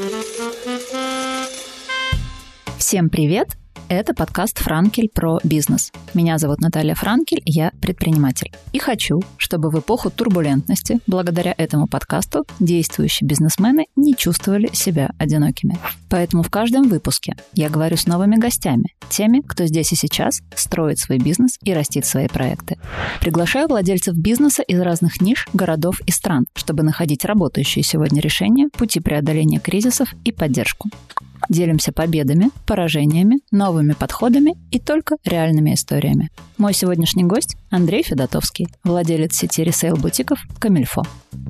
Всем привет! Это подкаст «Франкель» про бизнес. Меня зовут Наталья Франкель, я предприниматель. И хочу, чтобы в эпоху турбулентности, благодаря этому подкасту, действующие бизнесмены не чувствовали себя одинокими. Поэтому в каждом выпуске я говорю с новыми гостями, теми, кто здесь и сейчас строит свой бизнес и растит свои проекты. Приглашаю владельцев бизнеса из разных ниш, городов и стран, чтобы находить работающие сегодня решения, пути преодоления кризисов и поддержку. Делимся победами, поражениями, новыми подходами и только реальными историями. Мой сегодняшний гость – Андрей Федотовский, владелец сети ресейл-бутиков «Камильфо».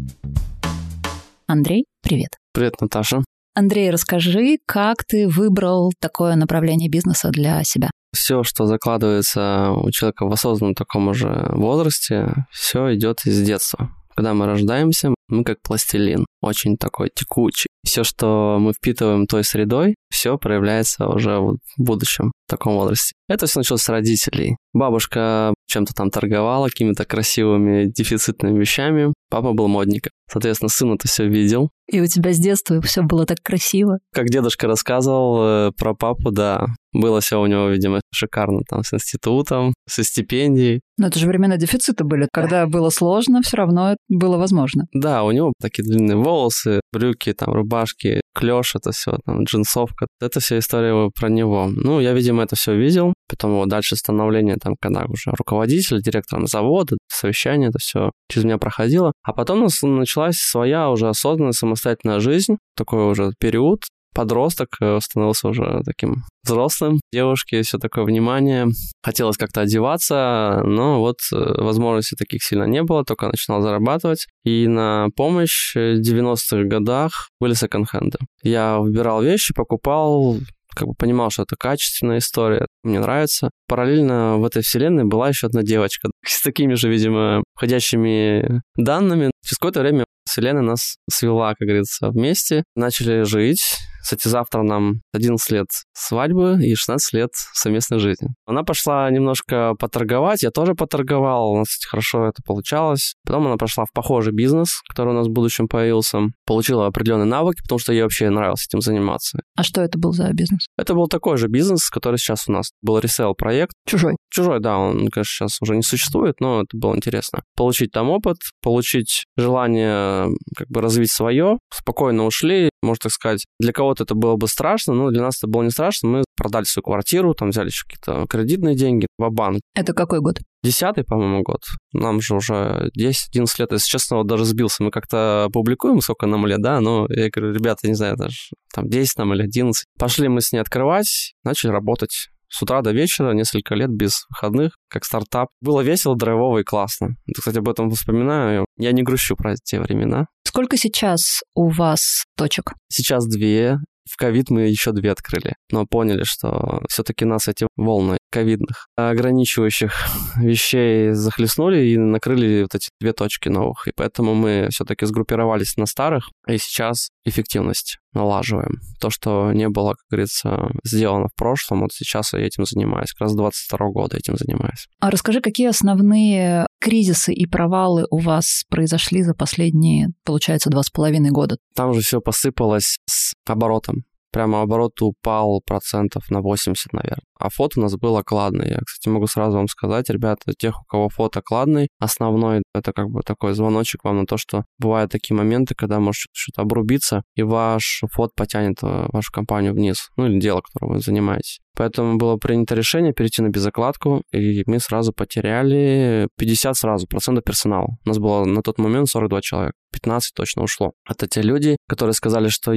Андрей, привет. Привет, Наташа. Андрей, расскажи, как ты выбрал такое направление бизнеса для себя? Все, что закладывается у человека в осознанном таком уже возрасте, все идет из детства. Когда мы рождаемся, мы как пластилин, очень такой текучий. Все, что мы впитываем той средой, все проявляется уже в будущем, в таком возрасте. Это все началось с родителей. Бабушка чем-то там торговала, какими-то красивыми дефицитными вещами. Папа был модником. Соответственно, сын это все видел. И у тебя с детства все было так красиво. Как дедушка рассказывал про папу, да, было все у него, видимо, шикарно, там, с институтом, со стипендией. Но это же времена дефицита были. Когда было сложно, все равно это было возможно. Да, у него такие длинные волосы, брюки, там, рубашки, клеш, это все, там, джинсовка. Это вся история про него. Ну, я, видимо, это все видел. Потом его дальше становление, там, когда уже руководитель, директором завода, совещание, это все через меня проходило. А потом у нас началась своя уже осознанная, самостоятельная жизнь. Такой уже период. Подросток становился уже таким взрослым, девушке все такое внимание. Хотелось как-то одеваться, но вот возможностей таких сильно не было, только начинал зарабатывать. И на помощь в 90-х годах были секонд-хенды. Я выбирал вещи, покупал, как бы понимал, что это качественная история, мне нравится. Параллельно в этой вселенной была еще одна девочка с такими же, видимо, входящими данными. Через какое-то время вселенная нас свела, как говорится, вместе. Начали жить. Кстати, завтра нам 11 лет свадьбы и 16 лет совместной жизни. Она пошла немножко поторговать, я тоже поторговал, у нас, кстати, хорошо это получалось. Потом она пошла в похожий бизнес, который у нас в будущем появился. Получила определенные навыки, потому что ей вообще нравилось этим заниматься. А что это был за бизнес? Это был такой же бизнес, который сейчас у нас был ресейл-проект. Чужой? Чужой, да, он, конечно, сейчас уже не существует, но это было интересно. Получить там опыт, получить желание как бы развить свое. Спокойно ушли, можно так сказать. Для кого-то это было бы страшно, но для нас это было не страшно. Мы продали свою квартиру, там взяли еще какие-то кредитные деньги в банк. Это какой год? 10-й, по-моему, год. Нам же уже 10-11 лет. Если честно, вот даже сбился. Мы как-то публикуем, сколько нам лет, да, но я говорю, ребята, не знаю, даже там 10 нам или 11. Пошли мы с ней открывать, начали работать. С утра до вечера, несколько лет без выходных, как стартап. Было весело, драйвово и классно. Кстати, об этом вспоминаю. Я не грущу про те времена. Сколько сейчас у вас точек? Сейчас 2. В ковид мы еще 2 открыли. Но поняли, что все-таки нас эти волны ковидных ограничивающих вещей захлестнули и накрыли вот эти 2 точки новых. И поэтому мы все-таки сгруппировались на старых, и сейчас эффективность налаживаем. То, что не было, как говорится, сделано в прошлом, вот сейчас я этим занимаюсь. Как раз с 22 года этим занимаюсь. А расскажи, какие основные кризисы и провалы у вас произошли за последние, получается, 2,5 года? Там же все посыпалось с оборотом. Прямо оборот упал процентов на 80, наверное. А фото у нас был окладный. Я, кстати, могу сразу вам сказать, ребята, тех, у кого фото окладный, основной, это как бы такой звоночек вам на то, что бывают такие моменты, когда может что-то обрубиться, и ваш фото потянет вашу компанию вниз, ну или дело, которым вы занимаетесь. Поэтому было принято решение перейти на безокладку, и мы сразу потеряли 50% персонала. У нас было на тот момент 42 человека. 15 точно ушло. Это те люди, которые сказали, что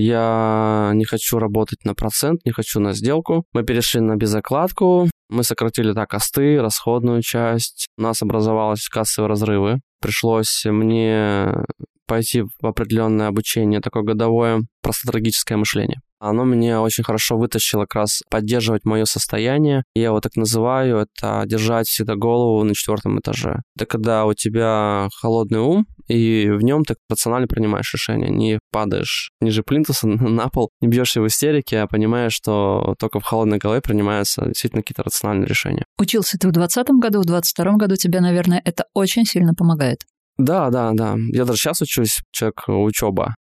я не хочу работать на процент, не хочу на сделку. Мы перешли на безокладку, мы сократили косты, расходную часть. У нас образовались кассовые разрывы. Пришлось мне пойти в определенное обучение, такое годовое, про стратегическое мышление. Оно меня очень хорошо вытащило как раз поддерживать мое состояние. Я его так называю, это держать всегда голову на 4-м этаже. Это когда у тебя холодный ум, и в нем ты рационально принимаешь решения. Не падаешь ниже плинтуса на пол, не бьешься в истерике, а понимаешь, что только в холодной голове принимаются действительно какие-то рациональные решения. Учился ты в 2020 году, в 2022 году тебе, наверное, это очень сильно помогает. Да. Я даже сейчас учусь, учеба.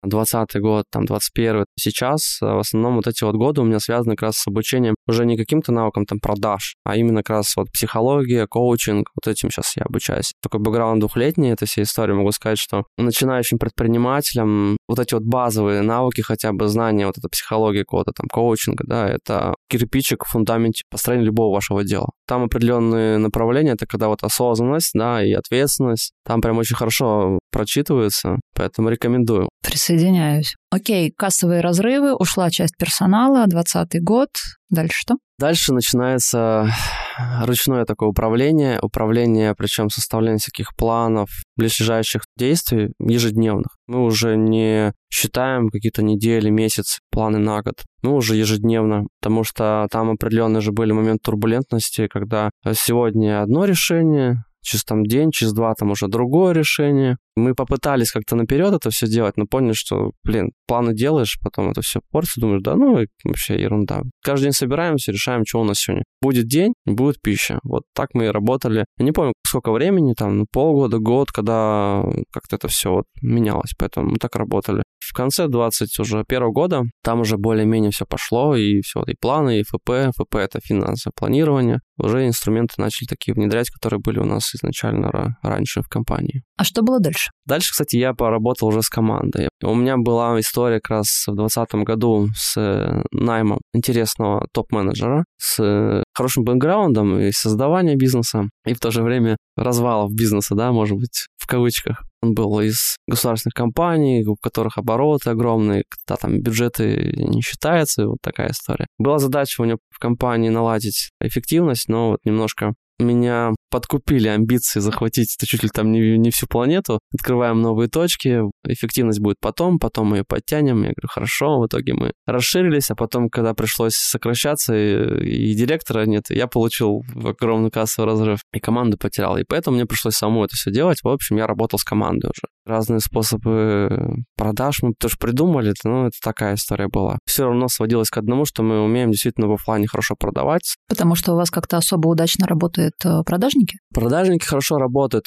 2020 год, там, 2021. Сейчас в основном вот эти вот годы у меня связаны как раз с обучением уже не каким-то навыкам там продаж, а именно как раз вот психология, коучинг, вот этим сейчас я обучаюсь. Такой бэкграунд двухлетний этой всей истории, могу сказать, что начинающим предпринимателям вот эти вот базовые навыки, хотя бы знания, вот эта психология какого-то там коучинга, да, это кирпичик в фундаменте построения любого вашего дела. Там определенные направления, это когда вот осознанность, да, и ответственность, там прям очень хорошо прочитывается, поэтому рекомендую. Присоединяюсь. Окей, кассовые разрывы, ушла часть персонала, 2020 год. Дальше что? Дальше начинается ручное такое управление, причем составление всяких планов, близлежащих действий ежедневных. Мы уже не считаем какие-то недели, месяцы, планы на год. Мы уже ежедневно, потому что там определенные же были моменты турбулентности, когда сегодня одно решение, через там день, через два там уже другое решение. Мы попытались как-то наперед это все делать, но поняли, что, планы делаешь, потом это все портится, думаешь, да, вообще ерунда. Каждый день собираемся, решаем, что у нас сегодня. Будет день, будет пища. Вот так мы и работали. Я не помню, сколько времени, там, полгода, год, когда как-то это все вот менялось, поэтому мы так работали. В конце 2021 года там уже более-менее все пошло, и все, и планы, и ФП это финансовое планирование. Уже инструменты начали такие внедрять, которые были у нас изначально раньше в компании. А что было дальше? Дальше, кстати, я поработал уже с командой. У меня была история как раз в 2020 году с наймом интересного топ-менеджера, с хорошим бэкграундом и создавания бизнеса, и в то же время развалов бизнеса, да, может быть, в кавычках. Он был из государственных компаний, у которых обороты огромные, когда там бюджеты не считаются, вот такая история. Была задача у него в компании наладить эффективность, но вот немножко меня подкупили амбиции захватить чуть ли там не всю планету. Открываем новые точки, эффективность будет потом мы ее подтянем. Я говорю, хорошо, в итоге мы расширились, а потом, когда пришлось сокращаться, и директора нет, я получил огромный кассовый разрыв, и команду потерял. И поэтому мне пришлось самому это все делать. В общем, я работал с командой уже. Разные способы продаж мы тоже придумали, но это такая история была. Все равно сводилось к одному, что мы умеем действительно в офлайне хорошо продавать. Потому что у вас как-то особо удачно работают продажники? Продажники хорошо работают,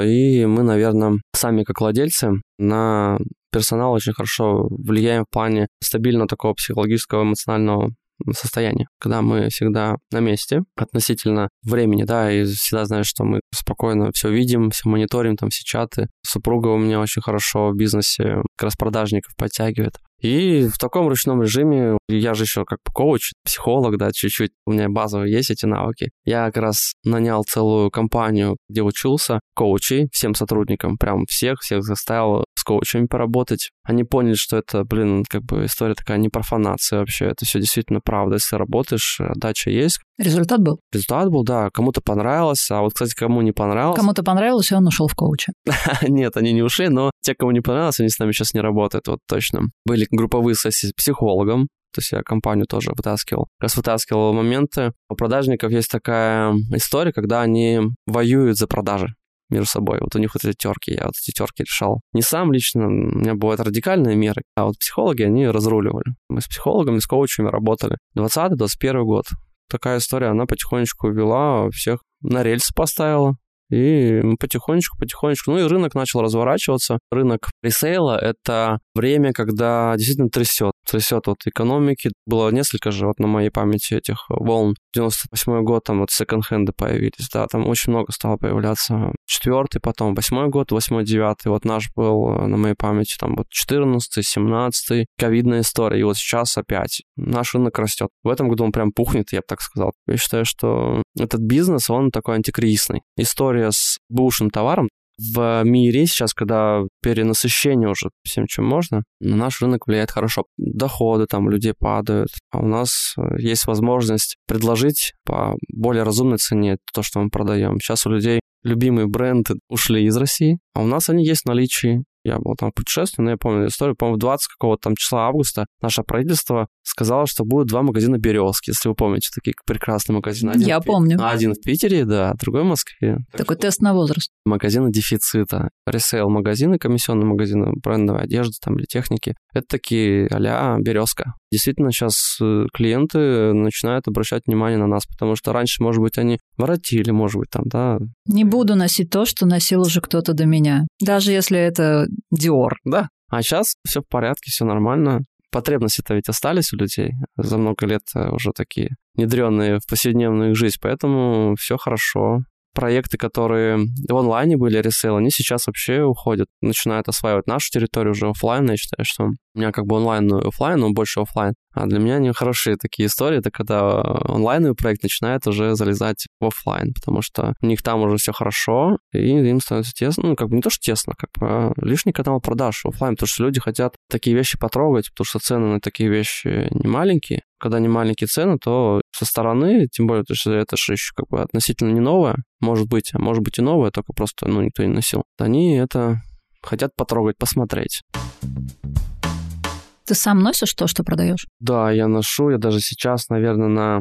и мы, наверное, сами как владельцы на персонал очень хорошо влияем в плане стабильного такого психологического, эмоционального состояния, когда мы всегда на месте относительно времени, да, и всегда знаешь, что мы спокойно все видим, все мониторим, там все чаты. Супруга у меня очень хорошо в бизнесе как раз продажников подтягивает. И в таком ручном режиме, я же еще как коуч, психолог, да, чуть-чуть, у меня базовые есть эти навыки. Я как раз нанял целую компанию, где учился, коучей, всем сотрудникам, прям всех заставил с коучами поработать. Они поняли, что это, история такая не профанация вообще, это все действительно правда. Если работаешь, отдача есть. Результат был? Результат был, да. Кому-то понравилось, а вот, кстати, кому не понравилось... Кому-то понравилось, и он ушел в коуча. Нет, они не ушли, но те, кому не понравилось, они с нами сейчас не работают, вот точно. Были групповые сессии с психологом, то есть я компанию тоже вытаскивал. Как раз вытаскивал моменты. У продажников есть такая история, когда они воюют за продажи между собой. Вот у них вот эти терки, я вот эти терки решал. Не сам лично, у меня бывают радикальные меры, а вот психологи, они разруливали. Мы с психологами, с коучами работали. 2020-2021 год. Такая история, она потихонечку вела, всех на рельсы поставила. И потихонечку, и рынок начал разворачиваться. Рынок ресейла — это время, когда действительно трясет вот экономики. Было несколько же вот на моей памяти этих волн. 98-й год, там вот секонд-хенды появились, да, там очень много стало появляться. 4-й, потом 8-й год, 8-й, 9-й, вот наш был на моей памяти, там вот 14-й, 17-й, ковидная история, и вот сейчас опять наш рынок растет. В этом году он прям пухнет, я бы так сказал. Я считаю, что этот бизнес, он такой антикризисный. История с бэушным товаром. В мире сейчас, когда перенасыщение уже всем, чем можно, на наш рынок влияет хорошо. Доходы там людей падают, а у нас есть возможность предложить по более разумной цене то, что мы продаем. Сейчас у людей любимые бренды ушли из России, а у нас они есть в наличии. Я был там в путешествии, но я помню историю, по-моему, 20 какого-то там числа августа наше правительство сказало, что будет 2 магазина «Березки», если вы помните, такие прекрасные магазины. Я помню. Один в Питере, да, другой в Москве. Такой тест на возраст. Магазины дефицита. Ресейл-магазины, комиссионные магазины брендовой одежды там или техники. Это такие а-ля «Березка». Действительно, сейчас клиенты начинают обращать внимание на нас, потому что раньше, может быть, они воротили, может быть, там, да. Не буду носить то, что носил уже кто-то до меня. Даже если это Dior. Да. А сейчас все в порядке, все нормально. Потребности-то ведь остались у людей. За много лет уже такие внедренные в повседневную их жизнь, поэтому все хорошо. Проекты, которые в онлайне были, ресейл, они сейчас вообще уходят, начинают осваивать нашу территорию уже офлайн. Я считаю, что у меня как бы онлайн и офлайн, но больше офлайн. А для меня они хорошие такие истории, это когда онлайновый проект начинает уже залезать в офлайн, потому что у них там уже все хорошо, и им становится тесно. Ну, как бы не то, что тесно, как бы лишний канал продаж в офлайн, потому что люди хотят такие вещи потрогать, потому что цены на такие вещи не маленькие. Когда не маленькие цены, то со стороны, тем более, потому что это же еще как бы относительно не новое, может быть и новое, только просто, никто не носил. Они это хотят потрогать, посмотреть. Ты сам носишь то, что продаешь? Да, я ношу, я даже сейчас, наверное, на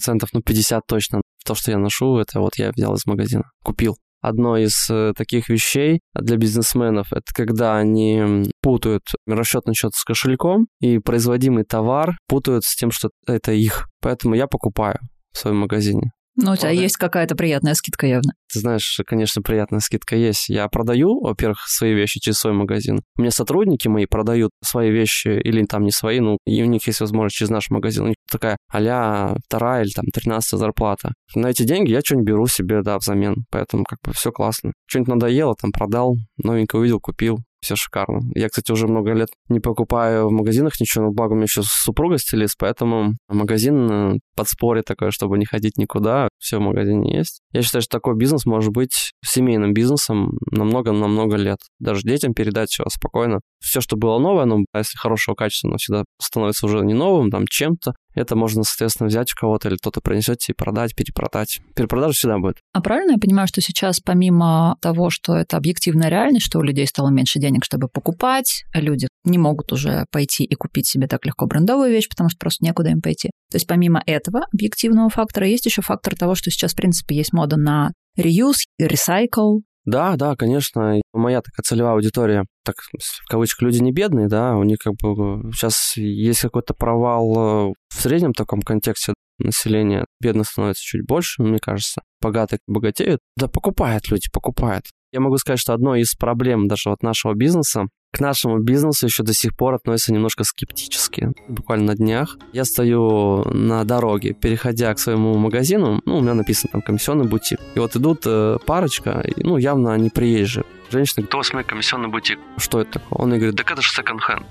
50% точно. То, что я ношу, это вот я взял из магазина, купил. Одно из таких вещей для бизнесменов, это когда они путают расчетный счет с кошельком, и производимый товар путают с тем, что это их. Поэтому я покупаю в своем магазине. Ну, у тебя есть какая-то приятная скидка явно. Ты знаешь, конечно, приятная скидка есть. Я продаю, во-первых, свои вещи через свой магазин. У меня сотрудники мои продают свои вещи, или там не свои, и у них есть возможность через наш магазин. У них такая а-ля 2 или 13 зарплата. На эти деньги я что-нибудь беру себе, взамен. Поэтому как бы все классно. Что-нибудь надоело, продал, новенькое увидел, купил. Все шикарно. Я, кстати, уже много лет не покупаю в магазинах ничего, но благо у меня еще супруга стилист, поэтому магазин подспорье такое, чтобы не ходить никуда, все в магазине есть. Я считаю, что такой бизнес может быть семейным бизнесом на много-много лет. Даже детям передать все спокойно. Все, что было новое, если хорошего качества, оно всегда становится уже не новым, чем-то. Это можно, соответственно, взять у кого-то, или кто-то принесет и продать, перепродать. Перепродажа всегда будет. А правильно я понимаю, что сейчас помимо того, что это объективная реальность, что у людей стало меньше денег, чтобы покупать, люди не могут уже пойти и купить себе так легко брендовую вещь, потому что просто некуда им пойти. То есть помимо этого объективного фактора есть еще фактор того, что сейчас, в принципе, есть мода на reuse, recycle. Да, конечно. Моя такая целевая аудитория, так в кавычках, люди не бедные, у них как бы сейчас есть какой-то провал в среднем таком контексте населения. Бедных становится чуть больше, мне кажется. Богатые богатеют. Да, покупают люди, покупают. Я могу сказать, что одной из проблем даже нашего бизнеса, к нашему бизнесу еще до сих пор относятся немножко скептически. Буквально на днях я стою на дороге, переходя к своему магазину, у меня написано там комиссионный бутик. И вот идут парочка, явно они приезжие. Женщина говорит: «Кто смотри, комиссионный бутик? Что это такое?» Он ей говорит: «Так это же секонд-хенд».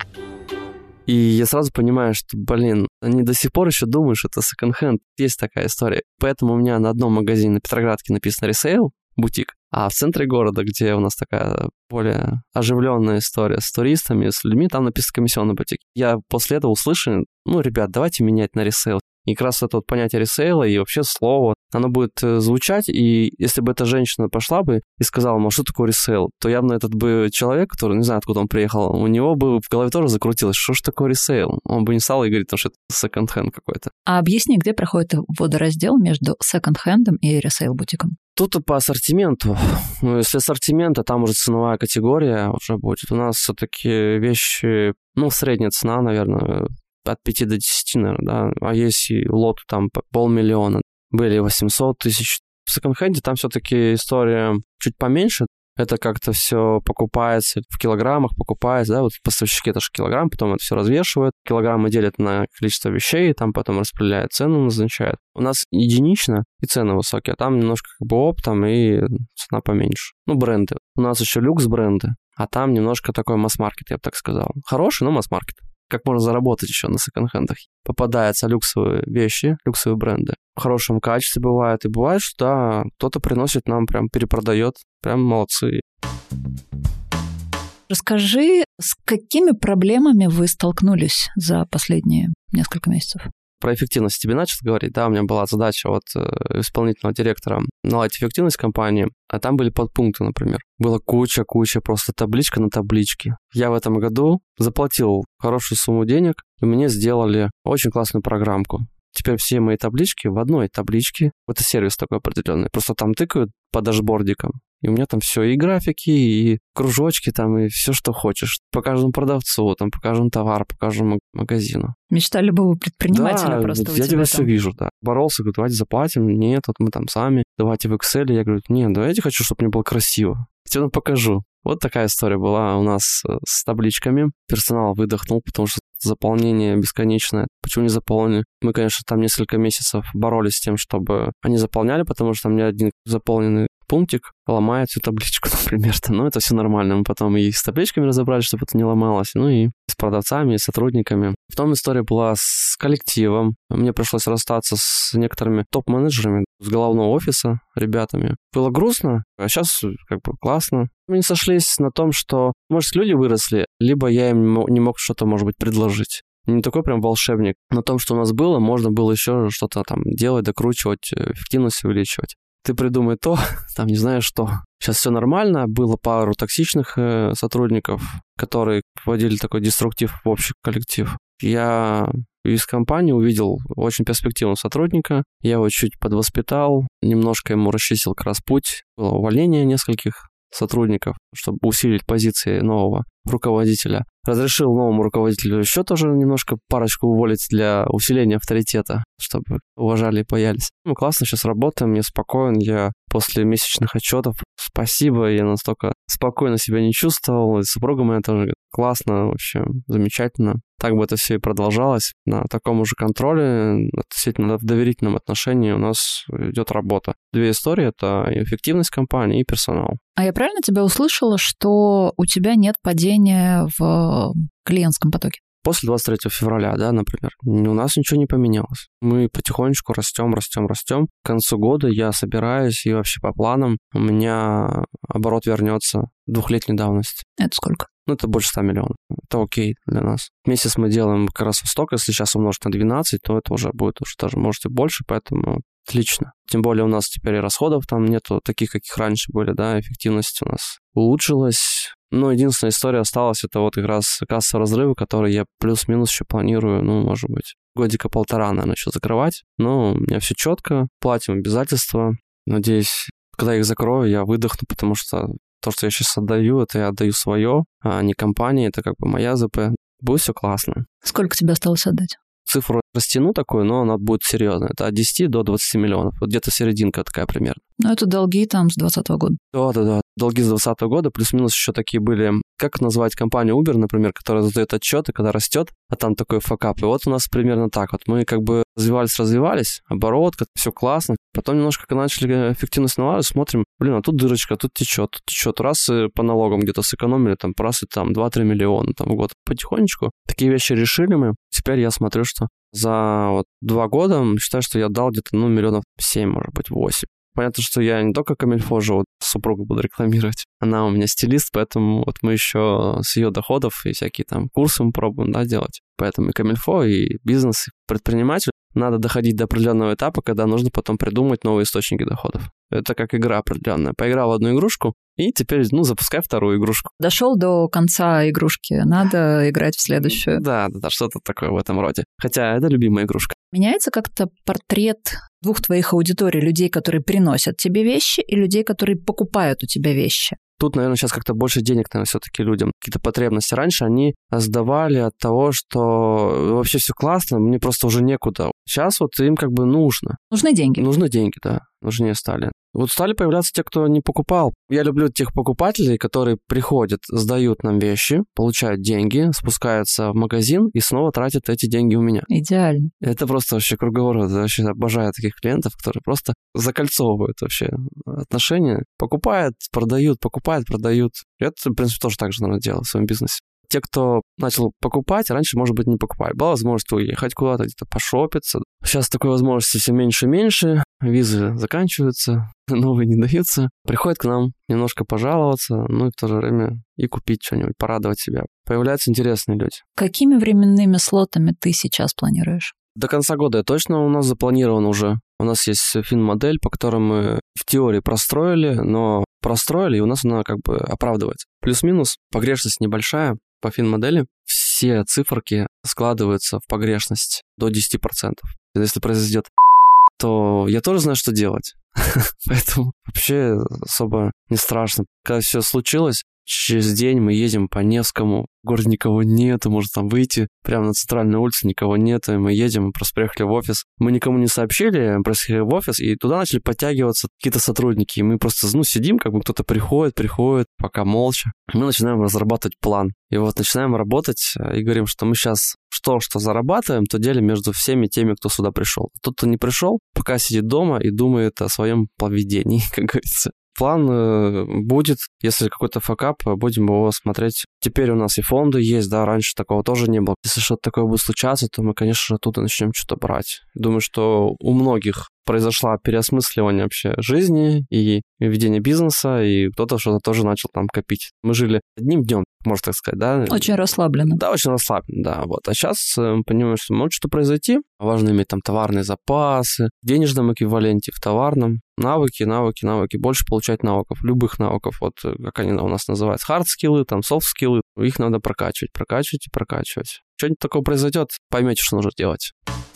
И я сразу понимаю, что, они до сих пор еще думают, что это секонд-хенд. Есть такая история. Поэтому у меня на одном магазине на Петроградке написано «Ресейл», бутик, а в центре города, где у нас такая более оживленная история с туристами, с людьми, там написано комиссионный бутик. Я после этого услышал: ребят, давайте менять на ресейл. И как раз это понятие ресейла и вообще слово, оно будет звучать, и если бы эта женщина пошла бы и сказала: что такое ресейл, то явно этот бы человек, который, не знаю, откуда он приехал, у него бы в голове тоже закрутилось: что ж такое ресейл? Он бы не стал и говорить, что это секонд-хенд какой-то. А объясни, где проходит водораздел между секонд-хендом и ресейл-бутиком? Тут и по ассортименту. Если ассортимент, то там уже ценовая категория уже будет. У нас все-таки вещи, средняя цена, наверное, от 5 до 10, наверное, А есть и лот там 500 000, были 800 тысяч. В секонд-хенде там все-таки история чуть поменьше. Это как-то все покупается в килограммах, покупается, поставщики это же килограмм, потом это все развешивают, килограммы делят на количество вещей, там потом распределяют цену, назначают. У нас единично и цены высокие, а там немножко оптом и цена поменьше. Бренды. У нас еще люкс-бренды, а там немножко такой масс-маркет, я бы так сказал. Хороший, но масс-маркет. Как можно заработать еще на секонд-хендах. Попадаются люксовые вещи, люксовые бренды. В хорошем качестве бывает. И бывает, что кто-то приносит нам, прям перепродает. Прям молодцы. Расскажи, с какими проблемами вы столкнулись за последние несколько месяцев? Про эффективность тебе начал говорить, у меня была задача исполнительного директора наладить эффективность компании, а там были подпункты, например. Была куча, просто табличка на табличке. Я в этом году заплатил хорошую сумму денег, и мне сделали очень классную программку. Теперь все мои таблички в одной табличке. Это сервис такой определенный. Просто там тыкают по дашбордикам. И у меня там все, и графики, и кружочки там, и все, что хочешь. По каждому продавцу, по каждому товару, по каждому магазину. Мечта любого предпринимателя просто у тебя. Я тебя все вижу, Боролся, говорю: давайте заплатим. Нет, мы там сами. Давайте в Excel. Я говорю: нет, давайте хочу, чтобы мне было красиво. естественно, покажу. Вот такая история была у нас с табличками. Персонал выдохнул, потому что заполнение бесконечное. Почему не заполнили? Мы, конечно, там несколько месяцев боролись с тем, чтобы они заполняли, потому что там ни один заполненный пунктик ломает всю табличку, например. Но это все нормально. Мы потом и с табличками разобрались, чтобы это не ломалось. Ну и с продавцами, и с сотрудниками. Потом история была с коллективом. Мне пришлось расстаться с некоторыми топ-менеджерами с головного офиса, ребятами. Было грустно, а сейчас как бы классно. Мы не сошлись на том, что, может, люди выросли, либо я им не мог что-то, может быть, предложить. Не такой прям волшебник. На том, что у нас было, можно было еще что-то там делать, докручивать, эффективность увеличивать. Ты придумай то, там не знаю что. Сейчас все нормально. Было пару токсичных сотрудников, которые вводили такой деструктив в общий коллектив. Я из компании увидел очень перспективного сотрудника. Я его чуть подвоспитал, немножко ему расчистил как раз путь. Было увольнение нескольких сотрудников, чтобы усилить позиции нового руководителя. Разрешил новому руководителю еще тоже немножко парочку уволить для усиления авторитета, чтобы уважали и боялись. Мы классно сейчас работаем, я спокоен, я после месячных отчетов, спасибо, я настолько спокойно себя не чувствовал, и супруга моя тоже классно, вообще замечательно. Так бы это все и продолжалось. На таком же контроле, относительно в доверительном отношении у нас идет работа. Две истории — это эффективность компании и персонал. А я правильно тебя услышала, что у тебя нет падения в клиентском потоке? После 23 февраля, да, например, у нас ничего не поменялось. Мы потихонечку растем. К концу года я собираюсь, и вообще по планам у меня оборот вернется 2-летней давности. Это сколько? Это больше 100 миллионов. Это окей для нас. Месяц мы делаем как раз восток. Если сейчас умножить на 12, то это уже будет даже, может, и больше, поэтому отлично. Тем более у нас теперь и расходов там нету таких, каких раньше были, да, эффективность у нас улучшилась. Но единственная история осталась, это вот как раз кассовые разрывы, которые я плюс-минус еще планирую, может быть, годика 1.5, наверное, еще закрывать. Но у меня все четко, платим обязательства. Надеюсь, когда я их закрою, я выдохну, потому что то, что я сейчас отдаю, это я отдаю свое, а не компании, это как бы моя ЗП. Будет все классно. Сколько тебе осталось отдать? Цифру растяну такую, но она будет серьезная. Это от 10 до 20 миллионов. Вот где-то серединка такая примерно. Это долги там с 2020 года. Да. Долги с 2020 года, плюс-минус еще такие были. Как назвать компанию Uber, например, которая задает отчеты, когда растет, а там такой факап. И вот у нас примерно так. Вот мы как бы развивались, оборот, все классно. Потом немножко, когда начали эффективность налаживать, смотрим, а тут дырочка, тут течет. Раз и по налогам где-то сэкономили, там, раз и там 2-3 миллиона там, в год. Потихонечку такие вещи решили мы. Теперь я смотрю, что за 2 года считаю, что я дал где-то, миллионов 7, может быть, 8. Понятно, что я не только Камильфо же супругу буду рекламировать. Она у меня стилист, поэтому мы еще с ее доходов и всякие там курсы мы пробуем, делать. Поэтому и Камильфо, и бизнес, и предприниматель. Надо доходить до определенного этапа, когда нужно потом придумать новые источники доходов. Это как игра определенная. Поиграл в одну игрушку, и теперь, запускай вторую игрушку. Дошел до конца игрушки, надо играть в следующую. Да, что-то такое в этом роде. Хотя это любимая игрушка. Меняется как-то портрет двух твоих аудиторий, людей, которые приносят тебе вещи, и людей, которые покупают у тебя вещи? Тут, наверное, сейчас как-то больше денег, наверное, все-таки людям. Какие-то потребности. Раньше они сдавали от того, что вообще все классно, мне просто уже некуда. Сейчас им как бы нужно. Нужны деньги. Нужны деньги, да. Нужнее стали. Стали появляться те, кто не покупал. Я люблю тех покупателей, которые приходят, сдают нам вещи, получают деньги, спускаются в магазин и снова тратят эти деньги у меня. Идеально. Это просто вообще круговорот. Я вообще обожаю таких клиентов, которые просто закольцовывают вообще отношения. Покупают, продают. Это, в принципе, тоже так же, наверное, делаю в своем бизнесе. Те, кто начал покупать, раньше, может быть, не покупали. Была возможность уехать куда-то, где-то пошопиться. Сейчас такой возможности все меньше и меньше. Визы заканчиваются, новые не даются. Приходят к нам немножко пожаловаться, и в то же время и купить что-нибудь, порадовать себя. Появляются интересные люди. Какими временными слотами ты сейчас планируешь? До конца года точно у нас запланировано уже. У нас есть фин-модель, по которой мы в теории простроили, и у нас она как бы оправдывается. Плюс-минус, погрешность небольшая по фин-модели. Все циферки складываются в погрешность до 10%. Если произойдет то я тоже знаю, что делать. Поэтому вообще особо не страшно. Когда все случилось, Через день мы едем по Невскому, в городе никого нету, может там выйти, прямо на центральную улицу никого нету, и мы едем, мы просто приехали в офис. Мы никому не сообщили, мы просто приехали в офис, и туда начали подтягиваться какие-то сотрудники, и мы просто, сидим, как бы кто-то приходит, пока молча. Мы начинаем разрабатывать план. И вот начинаем работать и говорим, что мы сейчас что зарабатываем, то делим между всеми теми, кто сюда пришел. Тот, кто не пришел, пока сидит дома и думает о своем поведении, как говорится. План будет, если какой-то факап, будем его смотреть. Теперь у нас и фонды есть, да, раньше такого тоже не было. Если что-то такое будет случаться, то мы, конечно, оттуда начнем что-то брать. Думаю, что у многих произошло переосмысливание вообще жизни и ведения бизнеса, и кто-то что-то тоже начал там копить. Мы жили одним днем, можно так сказать, да. Очень расслабленно. Да, очень расслабленно, да. Вот. А сейчас мы понимаем, что может что-то произойти. Важно иметь там товарные запасы, в денежном эквиваленте, в товарном. Навыки. Больше получать навыков, любых навыков. Вот как они у нас называются. Хард-скиллы, там, софт-скиллы. Их надо прокачивать. Что-нибудь такое произойдет, поймете, что нужно делать.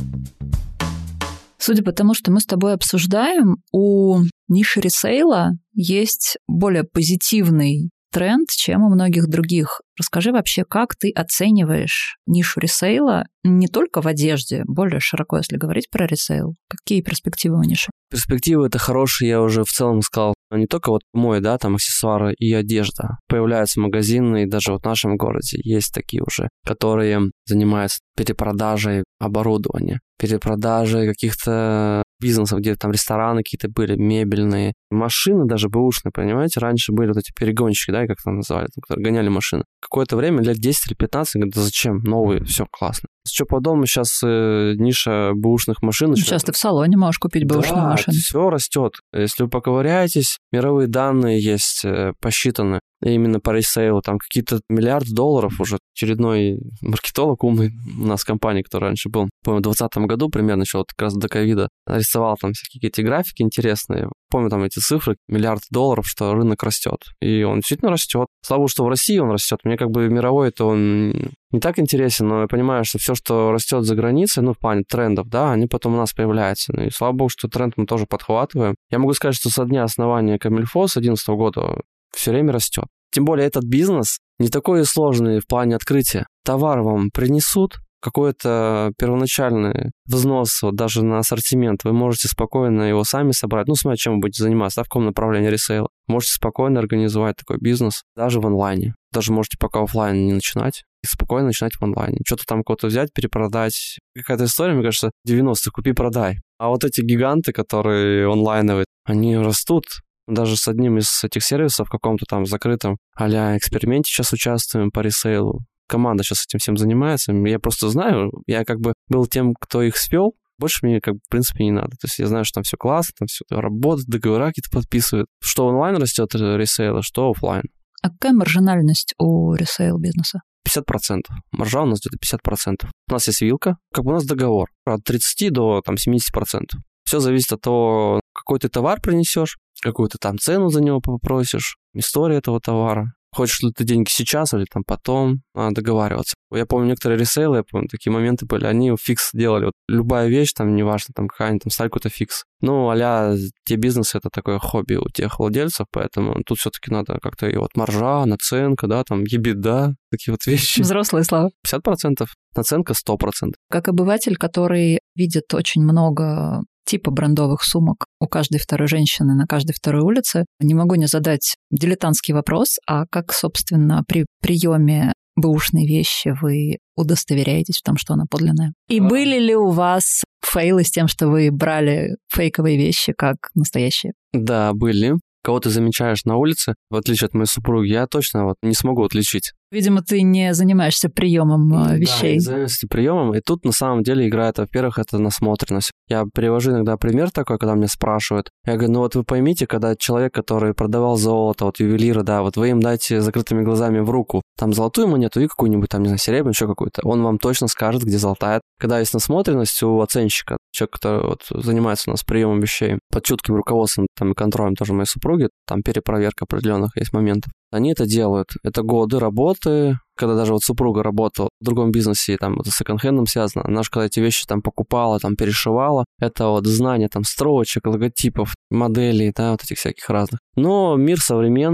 Судя по тому, что мы с тобой обсуждаем, у ниши ресейла есть более позитивный тренд, чем у многих других. Расскажи вообще, как ты оцениваешь нишу ресейла не только в одежде, более широко, если говорить про ресейл. Какие перспективы у ниши? Перспективы это хорошие, я уже в целом сказал. Не только вот мой, да, там аксессуары и одежда. Появляются магазины, и даже вот в нашем городе есть такие уже, которые занимаются перепродажей оборудования, перепродажей каких-то бизнесов, где там рестораны какие-то были, мебельные, машины даже бэушные, понимаете? Раньше были вот эти перегонщики, да, как там называли, которые гоняли машины. Какое-то время, лет 10 или 15, говорят, да зачем? Новые, все классно. Что подобное, сейчас ниша бэушных машин. Сейчас ты в салоне можешь купить бэушную машину. Да, все растет. Если вы поковыряетесь, мировые данные есть посчитаны именно по ресейлу, там какие-то $1 миллиард уже. Очередной маркетолог умный у нас в компании, который раньше был, помню, в 2020 году примерно, еще вот как раз до ковида, рисовал там всякие эти графики интересные. Помню там эти цифры, $1 миллиард, что рынок растет. И он действительно растет. Слава богу, что в России он растет. Мне как бы мировой это он не так интересен, но я понимаю, что все, что растет за границей, в плане трендов, да, они потом у нас появляются. И слава богу, что тренд мы тоже подхватываем. Я могу сказать, что со дня основания Комильфо с 2011 года все время растет. Тем более этот бизнес не такой сложный в плане открытия. Товар вам принесут, какой-то первоначальный взнос вот даже на ассортимент, вы можете спокойно его сами собрать. Смотря чем вы будете заниматься, в каком направлении ресейла. Можете спокойно организовать такой бизнес даже в онлайне. Даже можете пока офлайн не начинать и спокойно начинать в онлайне. Что-то там кого-то взять, перепродать. Какая-то история, мне кажется, 90-х, купи-продай. А вот эти гиганты, которые онлайновые, они растут. Даже с одним из этих сервисов в каком-то там закрытом а-ля эксперименте сейчас участвуем по ресейлу. Команда сейчас этим всем занимается. Я просто знаю, я как бы был тем, кто их свел. Больше мне, как бы, в принципе, не надо. То есть я знаю, что там все классно, там все работает, договора какие-то подписывают. Что онлайн растет ресейла, что офлайн. А какая маржинальность у ресейл-бизнеса? 50%. Маржа у нас где-то 50%. У нас есть вилка, как бы у нас договор от 30 до 70%. Все зависит от того, какой ты товар принесешь, какую ты там цену за него попросишь, история этого товара. Хочешь ли ты деньги сейчас или там потом, надо договариваться. Я помню некоторые ресейлы, я помню, такие моменты были, они фикс делали. Вот любая вещь, там, неважно, там какая-нибудь, там, ставь какой-то фикс. а-ля те бизнесы, это такое хобби у тех владельцев, поэтому тут все-таки надо как-то и вот маржа, наценка, да, там, ебеда, такие вот вещи. Взрослые слова. 50%, наценка 100%. Как обыватель, который видит очень много типа брендовых сумок у каждой второй женщины на каждой второй улице, не могу не задать дилетантский вопрос, а как, собственно, при приеме бэушной вещи вы удостоверяетесь в том, что она подлинная? И были ли у вас фейлы с тем, что вы брали фейковые вещи как настоящие? Да, были. Кого ты замечаешь на улице, в отличие от моей супруги, я точно вот не смогу отличить. Видимо, ты не занимаешься приемом вещей. Да, не занимаешься приемом, и тут на самом деле играет, во-первых, это насмотренность. Я привожу иногда пример такой, когда меня спрашивают. Я говорю, вот вы поймите, когда человек, который продавал золото, вот ювелиры, да, вот вы им дайте закрытыми глазами в руку там золотую монету и какую-нибудь там, не знаю, серебряную, еще какую-то, он вам точно скажет, где золотая. Когда есть насмотренность у оценщика, человек, который вот занимается у нас приемом вещей, под чутким руководством там, и контролем тоже моей супруги, там перепроверка определенных есть моментов. Они это делают. Это годы работы. Когда даже вот супруга работала в другом бизнесе, там, это с секонд-хендом связано, она же когда эти вещи там покупала, там, перешивала, это вот знание там строчек, логотипов, моделей, да, вот этих всяких разных. Но мир современный,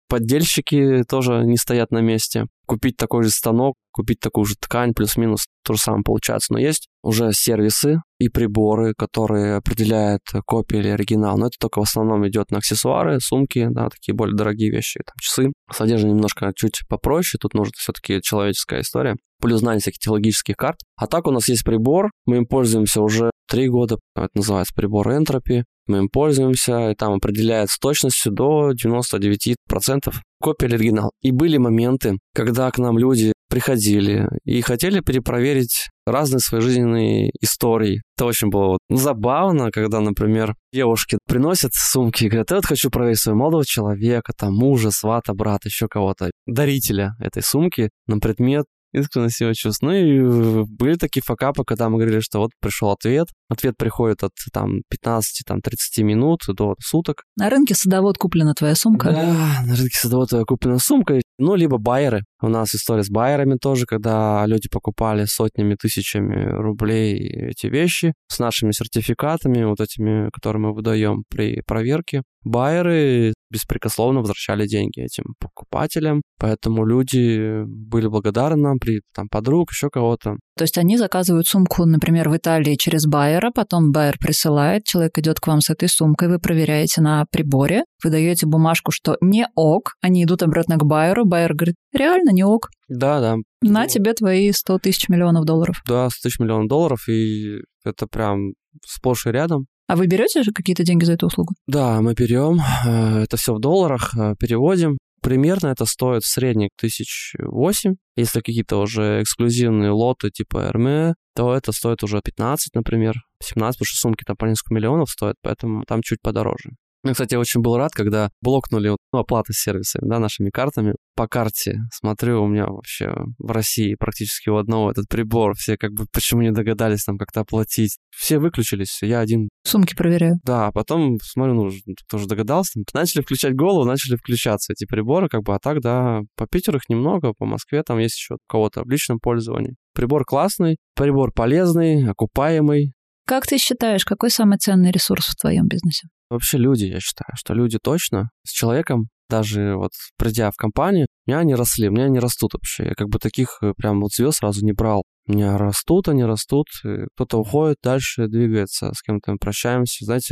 Поддельщики тоже не стоят на месте. Купить такой же станок, купить такую же ткань, плюс-минус, то же самое получается. Но есть уже сервисы и приборы, которые определяют копию или оригинал. Но это только в основном идет на аксессуары, сумки, да, такие более дорогие вещи, там, часы. С одеждой немножко чуть попроще, тут нужна все-таки человеческая история. Плюс знание всяких технологических карт. А так у нас есть прибор, мы им пользуемся уже 3 года. Это называется прибор Entropy. Мы им пользуемся, и там определяет с точностью до 99% копия или оригинал. И были моменты, когда к нам люди приходили и хотели перепроверить разные свои жизненные истории. Это очень было забавно, когда, например, девушки приносят сумки и говорят: я вот хочу проверить своего молодого человека, там, мужа, свата, брата, еще кого-то, дарителя этой сумки на предмет искренности его чувств. Ну и были такие факапы, когда мы говорили, что вот пришел ответ. Ответ приходит от там 15-30 минут до суток. На рынке Садовод куплена твоя сумка? Да, на рынке Садовод твоя куплена сумка. Ну, либо байеры. У нас история с байерами тоже, когда люди покупали сотнями, тысячами рублей эти вещи с нашими сертификатами, вот этими, которые мы выдаем при проверке. Байеры беспрекословно возвращали деньги этим покупателям, поэтому люди были благодарны нам при там подруг, еще кого-то. То есть они заказывают сумку, например, в Италии через байера, потом байер присылает, человек идет к вам с этой сумкой, вы проверяете на приборе, вы даете бумажку, что не ок, они идут обратно к байеру, байер говорит: реально не ок. Да. На тебе твои 100 тысяч миллионов долларов. Да, 100 тысяч миллионов долларов, и это прям сплошь и рядом. А вы берете же какие-то деньги за эту услугу? Да, мы берем, это все в долларах, переводим. Примерно это стоит в среднем 1008. Если какие-то уже эксклюзивные лоты типа Hermès, то это стоит уже 15, например, 17, потому что сумки там по несколько миллионов стоят, поэтому там чуть подороже. Я, кстати, очень был рад, когда блокнули оплаты с сервисами, да, нашими картами. По карте смотрю, у меня вообще в России практически у одного этот прибор. Все как бы почему не догадались там как-то оплатить. Все выключились, я один. Сумки проверяю. Да, а потом смотрю, тоже догадался. Начали включать голову, начали включаться эти приборы, как бы, а так, да, по Питеру их немного, по Москве там есть еще у кого-то в личном пользовании. Прибор классный, прибор полезный, окупаемый. Как ты считаешь, какой самый ценный ресурс в твоем бизнесе? Вообще люди, я считаю, что люди точно с человеком, даже вот придя в компанию, у меня они росли, у меня они растут вообще. Я как бы таких прям вот звезд сразу не брал. У меня растут, они растут, кто-то уходит дальше, двигается, с кем-то мы прощаемся. Знаете,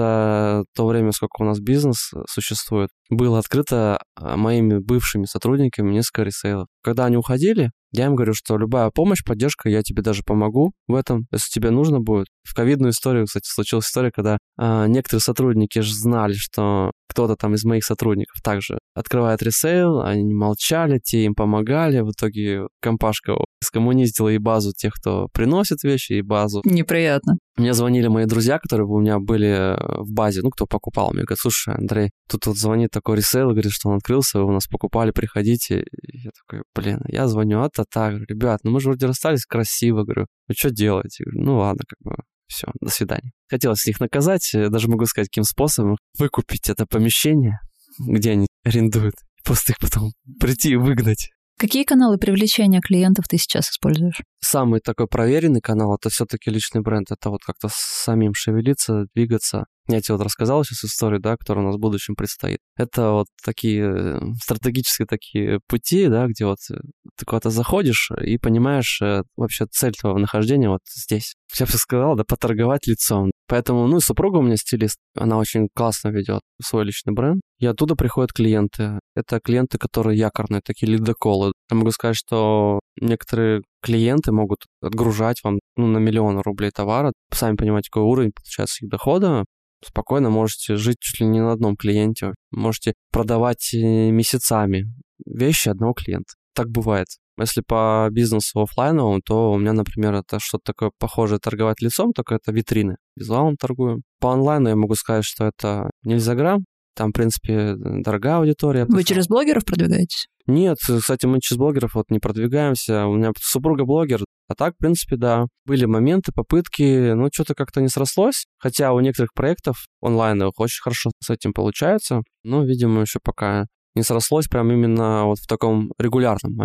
за то время, сколько у нас бизнес существует, было открыто моими бывшими сотрудниками несколько ресейлов. Когда они уходили, я им говорю, что любая помощь, поддержка, я тебе даже помогу в этом, если тебе нужно будет. В ковидную историю, кстати, случилась история, когда некоторые сотрудники же знали, что кто-то там из моих сотрудников также открывает ресейл, они молчали, те им помогали, в итоге компашка скоммуниздила и базу тех, кто приносит вещи, и базу. Неприятно. Мне звонили мои друзья, которые у меня были в базе, кто покупал. Мне говорят: слушай, Андрей, тут вот звонит такой ресейл, говорит, что он открылся, вы у нас покупали, приходите. И я такой: я звоню, говорю, ребят, мы же вроде расстались красиво, говорю, вы что делаете? Я говорю: ладно, все, до свидания. Хотелось их наказать, даже могу сказать, каким способом: выкупить это помещение, где они арендуют, просто их потом прийти и выгнать. Какие каналы привлечения клиентов ты сейчас используешь? Самый такой проверенный канал — это все-таки личный бренд. Это вот как-то самим шевелиться, двигаться. Я тебе вот рассказал сейчас историю, да, которая у нас в будущем предстоит. Это вот такие стратегические такие пути, да, где вот ты куда-то заходишь и понимаешь вообще цель твоего нахождения вот здесь. Я бы сказал, да, поторговать лицом. Поэтому, супруга у меня стилист, она очень классно ведет свой личный бренд. И оттуда приходят клиенты. Это клиенты, которые якорные, такие ледоколы. Я могу сказать, что некоторые клиенты могут отгружать вам на миллион рублей товара. Сами понимаете, какой уровень получается их дохода. Спокойно можете жить чуть ли не на одном клиенте. Можете продавать месяцами вещи одного клиента. Так бывает. Если по бизнесу офлайновому, то у меня, например, это что-то такое похожее торговать лицом, только это витрины. Визуалом торгуем. По онлайну я могу сказать, что это Нельзяграм. Там, в принципе, дорогая аудитория. Вы через блогеров продвигаетесь? Нет, кстати, мы через блогеров не продвигаемся. У меня супруга блогер. А так, в принципе, да. Были моменты, попытки, что-то как-то не срослось. Хотя у некоторых проектов онлайновых очень хорошо с этим получается. Но, видимо, еще пока не срослось прям именно вот в таком регулярном моменте.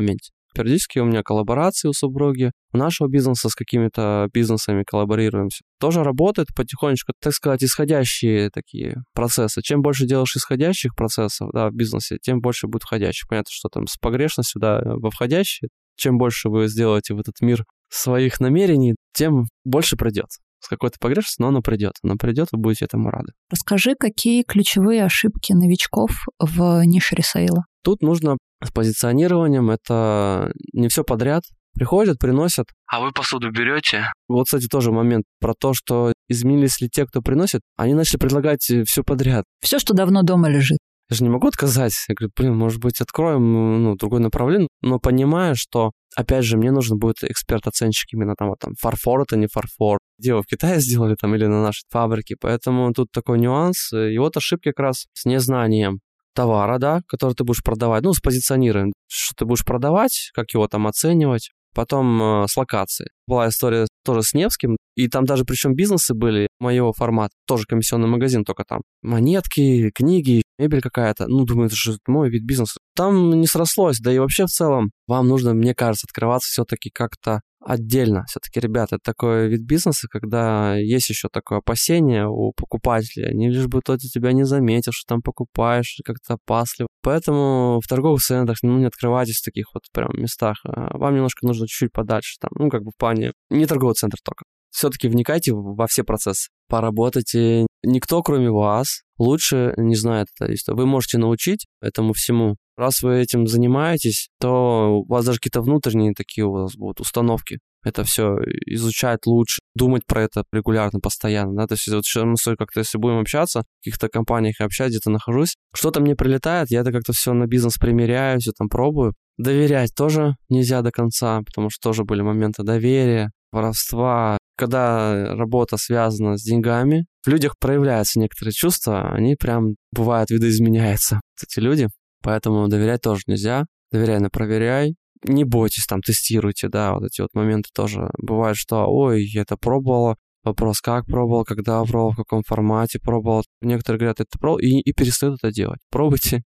Периодически у меня коллаборации у супруги, у нашего бизнеса с какими-то бизнесами коллаборируемся. Тоже работает потихонечку, так сказать, исходящие такие процессы. Чем больше делаешь исходящих процессов, да, в бизнесе, тем больше будет входящих. Понятно, что там с погрешностью, да, во входящие. Чем больше вы сделаете в этот мир своих намерений, тем больше придет. С какой-то погрешностью, но оно придет. Оно придет, вы будете этому рады. Расскажи, какие ключевые ошибки новичков в нише ресейла? Тут нужно с позиционированием, это не все подряд. Приходят, приносят, а вы посуду берете. Вот, кстати, тоже момент про то, что изменились ли те, кто приносит, они начали предлагать все подряд. Все, что давно дома лежит. Я же не могу отказать. Я говорю, может быть, откроем другое направление, но понимая, что, опять же, мне нужен будет эксперт-оценщик именно там, вот там, фарфор это не фарфор. Где вы в Китае сделали там или на нашей фабрике. Поэтому тут такой нюанс. И вот ошибки как раз с незнанием товара, да, который ты будешь продавать. С позиционированием, что ты будешь продавать, как его там оценивать. Потом с локацией. Была история тоже с Невским, и там даже причем бизнесы были моего формата, тоже комиссионный магазин, только там монетки, книги, мебель какая-то. Думаю, это же мой вид бизнеса. Там не срослось, да и вообще в целом вам нужно, мне кажется, открываться все-таки как-то отдельно. Все-таки, ребята, это такой вид бизнеса, когда есть еще такое опасение у покупателей. Они лишь бы тот тебя не заметил, что там покупаешь, как-то опасливо. Поэтому в торговых центрах не открывайтесь в таких вот прям местах. Вам немножко нужно чуть-чуть подальше там, в плане не торговый центр только. Все-таки вникайте во все процессы. Поработайте. Никто, кроме вас, лучше не знает это. Вы можете научить этому всему. Раз вы этим занимаетесь, то у вас даже какие-то внутренние такие у вас будут установки. Это все изучать лучше, думать про это регулярно, постоянно. Да? То есть вот мы как-то, если будем общаться, в каких-то компаниях общаюсь, где-то нахожусь, что-то мне прилетает, я это как-то все на бизнес примеряю, все там пробую. Доверять тоже нельзя до конца, потому что тоже были моменты доверия, воровства. Когда работа связана с деньгами, в людях проявляются некоторые чувства, они прям, бывает, видоизменяются, эти люди. Поэтому доверять тоже нельзя. Доверяй, но проверяй. Не бойтесь, там, тестируйте, да, вот эти вот моменты тоже. Бывает, что, я это пробовала. Вопрос, как пробовал, когда пробовал, в каком формате пробовал. Некоторые говорят, это пробовал, и перестают это делать. Пробуйте.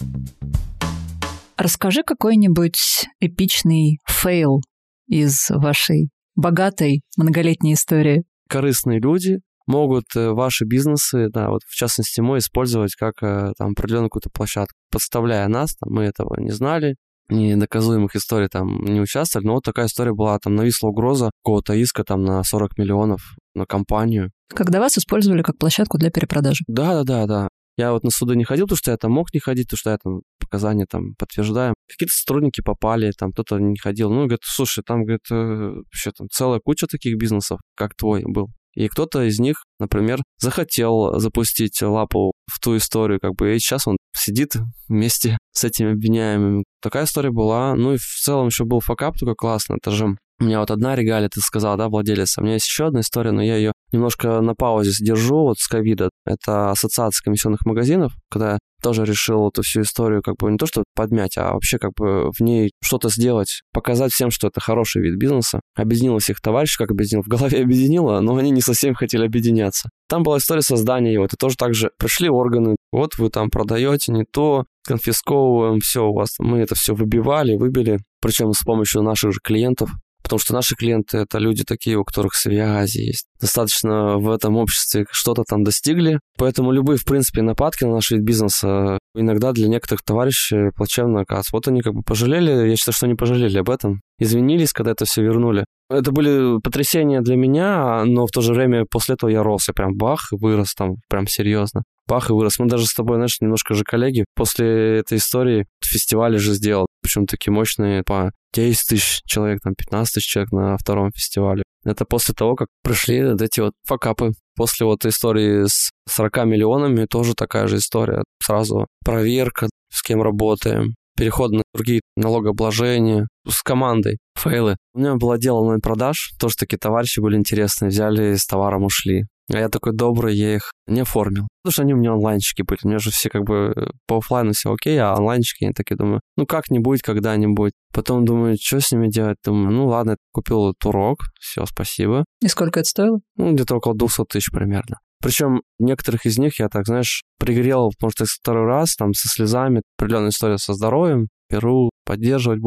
Расскажи какой-нибудь эпичный фейл из вашей богатой многолетней истории. Корыстные люди могут ваши бизнесы, да, вот в частности мой, использовать как там определенную какую-то площадку. Подставляя нас, там, мы этого не знали, ни доказуемых историй там не участвовали, но вот такая история была, там нависла угроза какого-то иска там на 40 миллионов на компанию. Когда вас использовали как площадку для перепродажи? Да. Я вот на суды не ходил, потому что я там мог не ходить, потому что я там показания там подтверждаю. Какие-то сотрудники попали, там кто-то не ходил. Говорит, слушай, там, говорит, вообще там целая куча таких бизнесов, как твой был. И кто-то из них, например, захотел запустить лапу в ту историю, и сейчас он сидит вместе с этими обвиняемыми. Такая история была. И в целом еще был факап такой классный. Это же у меня вот одна регалия, ты сказал, да, владелец. У меня есть еще одна история, но я ее немножко на паузе держу вот с ковида. Это ассоциация комиссионных магазинов, когда я тоже решил эту всю историю не то что подмять, а вообще в ней что-то сделать, показать всем, что это хороший вид бизнеса. Объединил всех товарищей, в голове объединила, но они не совсем хотели объединяться. Там была история создания его. Это тоже так же пришли органы, вот вы там продаете не то, конфисковываем, все у вас. Мы это все выбили, причем с помощью наших же клиентов. Потому что наши клиенты — это люди такие, у которых связи есть. Достаточно в этом обществе что-то там достигли. Поэтому любые, в принципе, нападки на наш вид бизнеса иногда для некоторых товарищей плачевно оказываются. Вот они пожалели, я считаю, что они пожалели об этом. Извинились, когда это все вернули. Это были потрясения для меня, но в то же время после этого я рос. Я прям бах, и вырос там, прям серьезно. Бах, и вырос. Мы даже с тобой, немножко же коллеги. После этой истории фестивали же сделал. Причем такие мощные, по 10 тысяч человек, 15 тысяч человек на втором фестивале. Это после того, как пришли эти вот факапы. После вот истории с 40 миллионами тоже такая же история. Сразу проверка, с кем работаем, переход на другие налогообложения, с командой, фейлы. У меня было дело онлайн-продаж, тоже такие товарищи были интересные, взяли с товаром, ушли. А я такой добрый, я их не оформил. Потому что они у меня онлайнчики были. У меня же все по офлайну все окей, а онлайнчики я такие думаю, как-нибудь, когда-нибудь. Потом думаю, что с ними делать? Думаю, ладно, купил турок, все, спасибо. И сколько это стоило? Где-то около 200 тысяч примерно. Причем некоторых из них я пригрел, может, второй раз, со слезами. Определенная история со здоровьем, беру, поддерживать буду.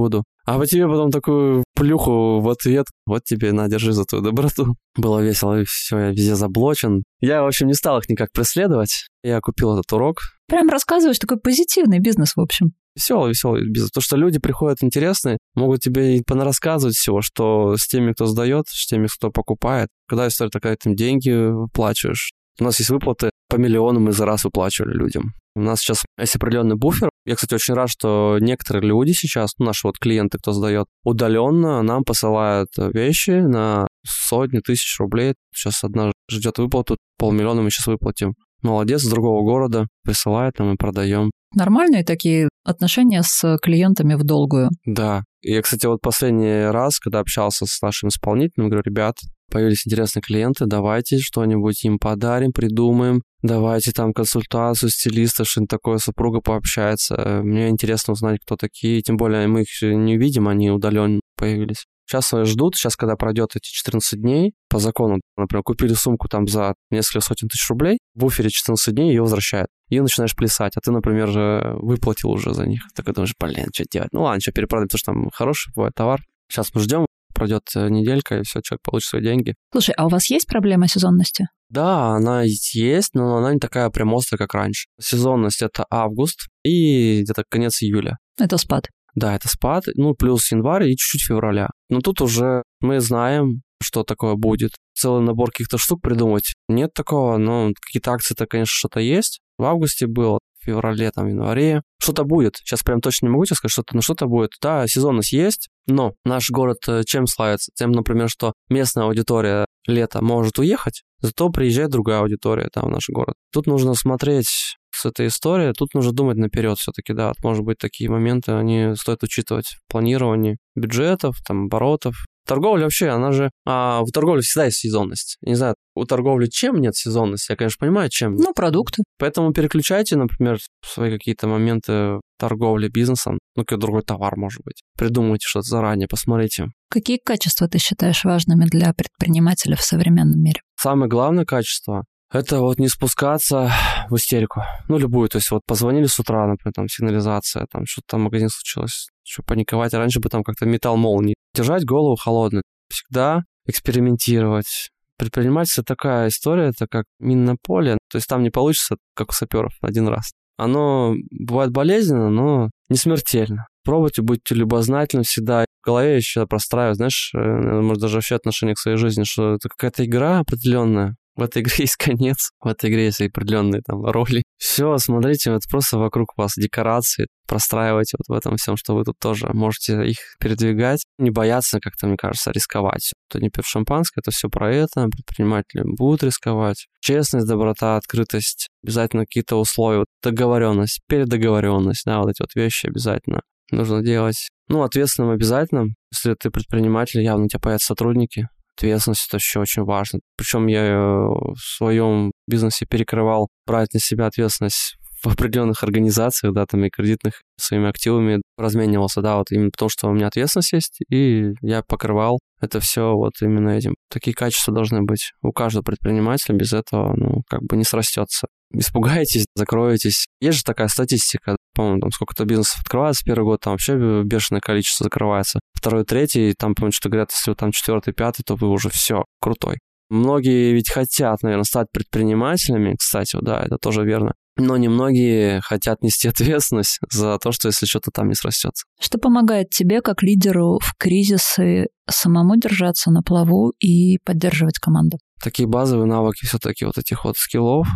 А по тебе потом такую плюху в ответ. Вот тебе, на, держи за твою доброту. Было весело, и все, я везде заблочен. Я, в общем, не стал их никак преследовать. Я купил этот урок. Прям рассказываешь, такой позитивный бизнес, в общем. Веселый бизнес. То, что люди приходят интересные, могут тебе понарассказывать всего, что с теми, кто сдает, с теми, кто покупает. Когда история такая, ты им деньги выплачиваешь. У нас есть выплаты по миллиону, мы за раз выплачивали людям. У нас сейчас есть определенный буфер. Я, кстати, очень рад, что некоторые люди сейчас, наши вот клиенты, кто сдает, удаленно нам посылают вещи на сотни тысяч рублей. Сейчас одна ждет выплату, 500 000 мы сейчас выплатим. Молодец, с другого города присылает нам и продаем. Нормальные такие отношения с клиентами в долгую. Да. И я, кстати, вот последний раз, когда общался с нашим исполнителем, говорю, ребят, появились интересные клиенты, давайте что-нибудь им подарим, придумаем, давайте там консультацию стилиста, что-нибудь такое, супруга пообщается. Мне интересно узнать, кто такие, тем более мы их не видим, они удаленно появились. Сейчас ждут, сейчас, когда пройдет эти 14 дней, по закону, например, купили сумку там за несколько сотен тысяч рублей, в буфере 14 дней ее возвращают. И начинаешь плясать, а ты, например, же выплатил уже за них. Так думаешь, блин, что делать? Ну ладно, что перепродаем, потому что там хороший бывает товар. Сейчас мы ждем, пройдет неделька, и все, человек получит свои деньги. Слушай, а у вас есть проблема сезонности? Да, она есть, но она не такая прям острая, как раньше. Сезонность — это август и где-то конец июля. Это спад. Да, это спад, ну, плюс январь и чуть-чуть февраля. Но тут уже мы знаем, что такое будет. Целый набор каких-то штук придумать нет такого, но какие-то акции-то, конечно, что-то есть. В августе было, в феврале, там, в январе. Что-то будет. Сейчас прям точно не могу тебе сказать, но что-то будет. Да, сезонность есть, но наш город чем славится? Тем, например, что местная аудитория лето может уехать, зато приезжает другая аудитория там в наш город. Тут нужно смотреть с этой историей, тут нужно думать наперед все-таки, да. Может быть, такие моменты, они стоит учитывать в планировании бюджетов, там, оборотов. Торговля вообще, она же... в торговле всегда есть сезонность. Не знаю, у торговли чем нет сезонности? Я, конечно, понимаю, чем. Ну, продукты. Поэтому переключайте, например, свои какие-то моменты торговли бизнесом. Ну, какой другой товар, может быть. Придумайте что-то заранее, посмотрите. Какие качества ты считаешь важными для предпринимателя в современном мире? Самое главное качество — это вот не спускаться в истерику. Ну, любую. То есть вот позвонили с утра, например, там сигнализация, там что-то там в магазине случилось. Что паниковать? Раньше бы там как-то металл молнии. Держать голову холодной. Всегда экспериментировать. Предпринимательство такая история, это как минное поле. То есть там не получится, как у саперов, один раз. Оно бывает болезненно, но не смертельно. Пробуйте, будьте любознательны всегда. В голове еще простраивать, знаешь, может, даже вообще отношение к своей жизни, что это какая-то игра определенная. В этой игре есть конец, в этой игре есть определенные там роли. Все, смотрите, вот просто вокруг вас декорации, простраивайте вот в этом всем, что вы тут тоже можете их передвигать. Не бояться как-то, мне кажется, рисковать. Кто не пьет шампанское, это все про это. Предприниматели будут рисковать. Честность, доброта, открытость, обязательно какие-то условия. Договоренность, передоговоренность, да, вот эти вот вещи обязательно нужно делать. Ну, ответственным обязательно. Если ты предприниматель, явно у тебя появятся сотрудники. Ответственность — это еще очень важно. Причем я в своем бизнесе перекрывал брать на себя ответственность в определенных организациях, да, там и кредитных своими активами разменивался, да, вот именно потому, что у меня ответственность есть, и я покрывал это все вот именно этим. Такие качества должны быть у каждого предпринимателя, без этого, ну, как бы не срастется. Испугаетесь, закроетесь. Есть же такая статистика, по-моему, там сколько-то бизнесов открывается первый год, там вообще бешеное количество закрывается. Второй, третий, там, по-моему, что говорят, если вы там четвертый, пятый, то вы уже все, крутой. Многие ведь хотят, наверное, стать предпринимателями, кстати, да, это тоже верно. Но немногие хотят нести ответственность за то, что если что-то там не срастется. Что помогает тебе, как лидеру в кризисы, самому держаться на плаву и поддерживать команду? Такие базовые навыки все-таки вот этих вот скиллов,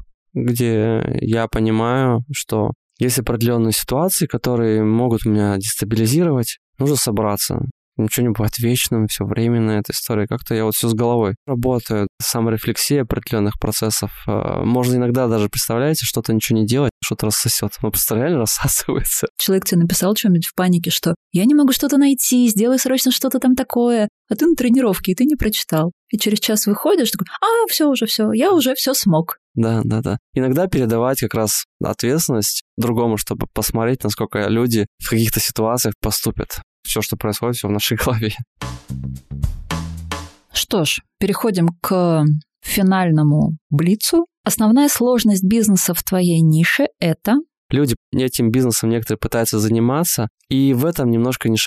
где я понимаю, что есть определенные ситуации, которые могут меня дестабилизировать, нужно собраться. Ничего не бывает вечным, все временно, эта история. Как-то я вот все с головой работаю. Саморефлексия определенных процессов. Можно иногда даже, представляете, что-то ничего не делать, что-то рассосет. Он просто реально рассасывается. Человек тебе написал что-нибудь в панике, что «я не могу что-то найти, сделай срочно что-то там такое», а ты на тренировке, и ты не прочитал. И через час выходишь, такой все, я уже все смог. Да. Иногда передавать как раз ответственность другому, чтобы посмотреть, насколько люди в каких-то ситуациях поступят. Все, что происходит, все в нашей голове. Что ж, переходим к финальному блицу. Основная сложность бизнеса в твоей нише – это... Люди этим бизнесом некоторые пытаются заниматься, и в этом немножко не шарят.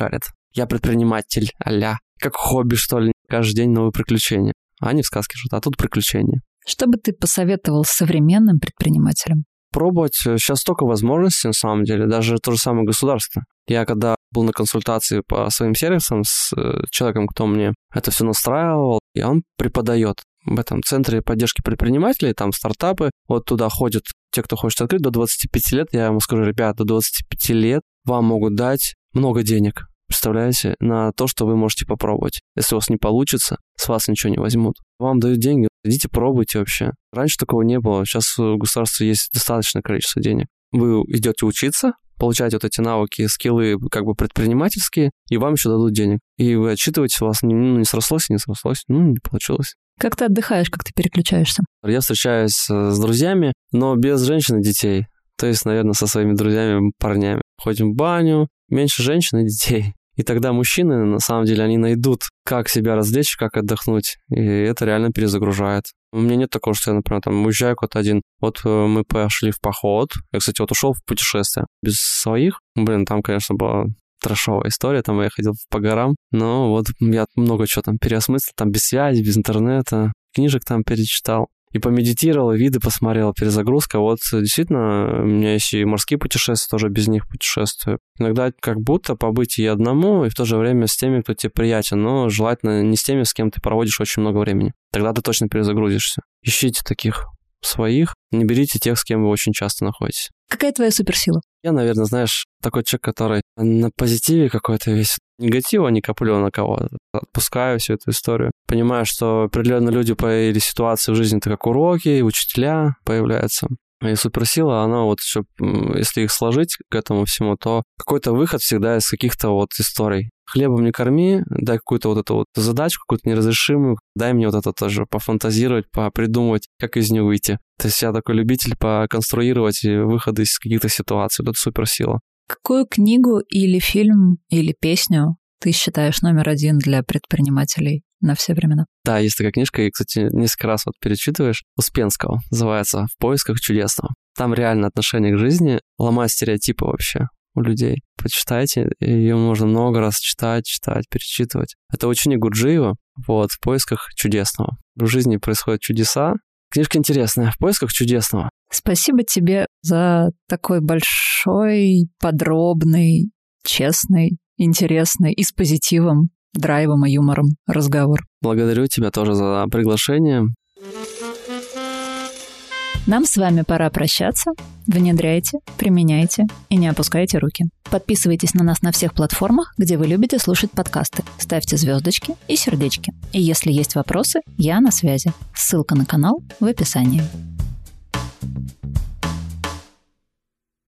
Я предприниматель, как хобби, что ли. Каждый день новые приключения. А они в сказке живут, а тут приключения. Что бы ты посоветовал современным предпринимателям? Пробовать. Сейчас столько возможностей, на самом деле. Даже то же самое государство. Я когда был на консультации по своим сервисам с человеком, кто мне это все настраивал, и он преподает в этом центре поддержки предпринимателей, там стартапы. Вот туда ходят те, кто хочет открыть до 25 лет. Я ему скажу, ребят, до 25 лет вам могут дать много денег. Представляете, на то, что вы можете попробовать. Если у вас не получится, с вас ничего не возьмут. Вам дают деньги, идите пробуйте вообще. Раньше такого не было, сейчас у государства есть достаточное количество денег. Вы идете учиться, получаете вот эти навыки, скиллы как бы предпринимательские, и вам еще дадут денег. И вы отчитываете, у вас не срослось, не получилось. Как ты отдыхаешь, как ты переключаешься? Я встречаюсь с друзьями, но без женщин и детей. То есть, наверное, со своими друзьями, парнями. Ходим в баню, меньше женщин и детей. И тогда мужчины, на самом деле, они найдут, как себя развлечь, как отдохнуть. И это реально перезагружает. У меня нет такого, что я, например, там уезжаю куда-то один. Вот мы пошли в поход. Я, кстати, вот ушел в путешествие. Без своих. Там, конечно, была трэшовая история. Там я ходил по горам. Но вот я много чего там переосмыслил. Там без связи, без интернета. Книжек там перечитал. И помедитировал, виды посмотрел, перезагрузка. Вот действительно, у меня есть и морские путешествия, тоже без них путешествую. Иногда как будто побыть и одному, и в то же время с теми, кто тебе приятен, но желательно не с теми, с кем ты проводишь очень много времени. Тогда ты точно перезагрузишься. Ищите таких своих, не берите тех, с кем вы очень часто находитесь. Какая твоя суперсила? Я, наверное, знаешь, такой человек, который на позитиве какой-то весь. Негатива не коплю на кого-то. Отпускаю всю эту историю. Понимаю, что определенные люди или ситуации в жизни, это как уроки, и учителя появляются. И суперсила, она вот еще, если их сложить к этому всему, то какой-то выход всегда из каких-то вот историй. Хлебом не корми, дай какую-то вот эту вот задачу, какую-то неразрешимую, дай мне вот это тоже пофантазировать, попридумывать, как из нее выйти. То есть я такой любитель поконструировать выходы из каких-то ситуаций. Вот это суперсила. Какую книгу или фильм или песню ты считаешь номер один для предпринимателей на все времена? Да, есть такая книжка, и, кстати, несколько раз вот перечитываешь, Успенского, называется «В поисках чудесного». Там реально отношение к жизни, ломать стереотипы вообще у людей. Почитайте, ее можно много раз читать, перечитывать. Это ученик Гурджиева, вот, «В поисках чудесного». В жизни происходят чудеса. Книжка интересная, «В поисках чудесного». Спасибо тебе за такой большой, подробный, честный, интересный и с позитивом, драйвом и юмором разговор. Благодарю тебя тоже за приглашение. Нам с вами пора прощаться. Внедряйте, применяйте и не опускайте руки. Подписывайтесь на нас на всех платформах, где вы любите слушать подкасты. Ставьте звездочки и сердечки. И если есть вопросы, я на связи. Ссылка на канал в описании.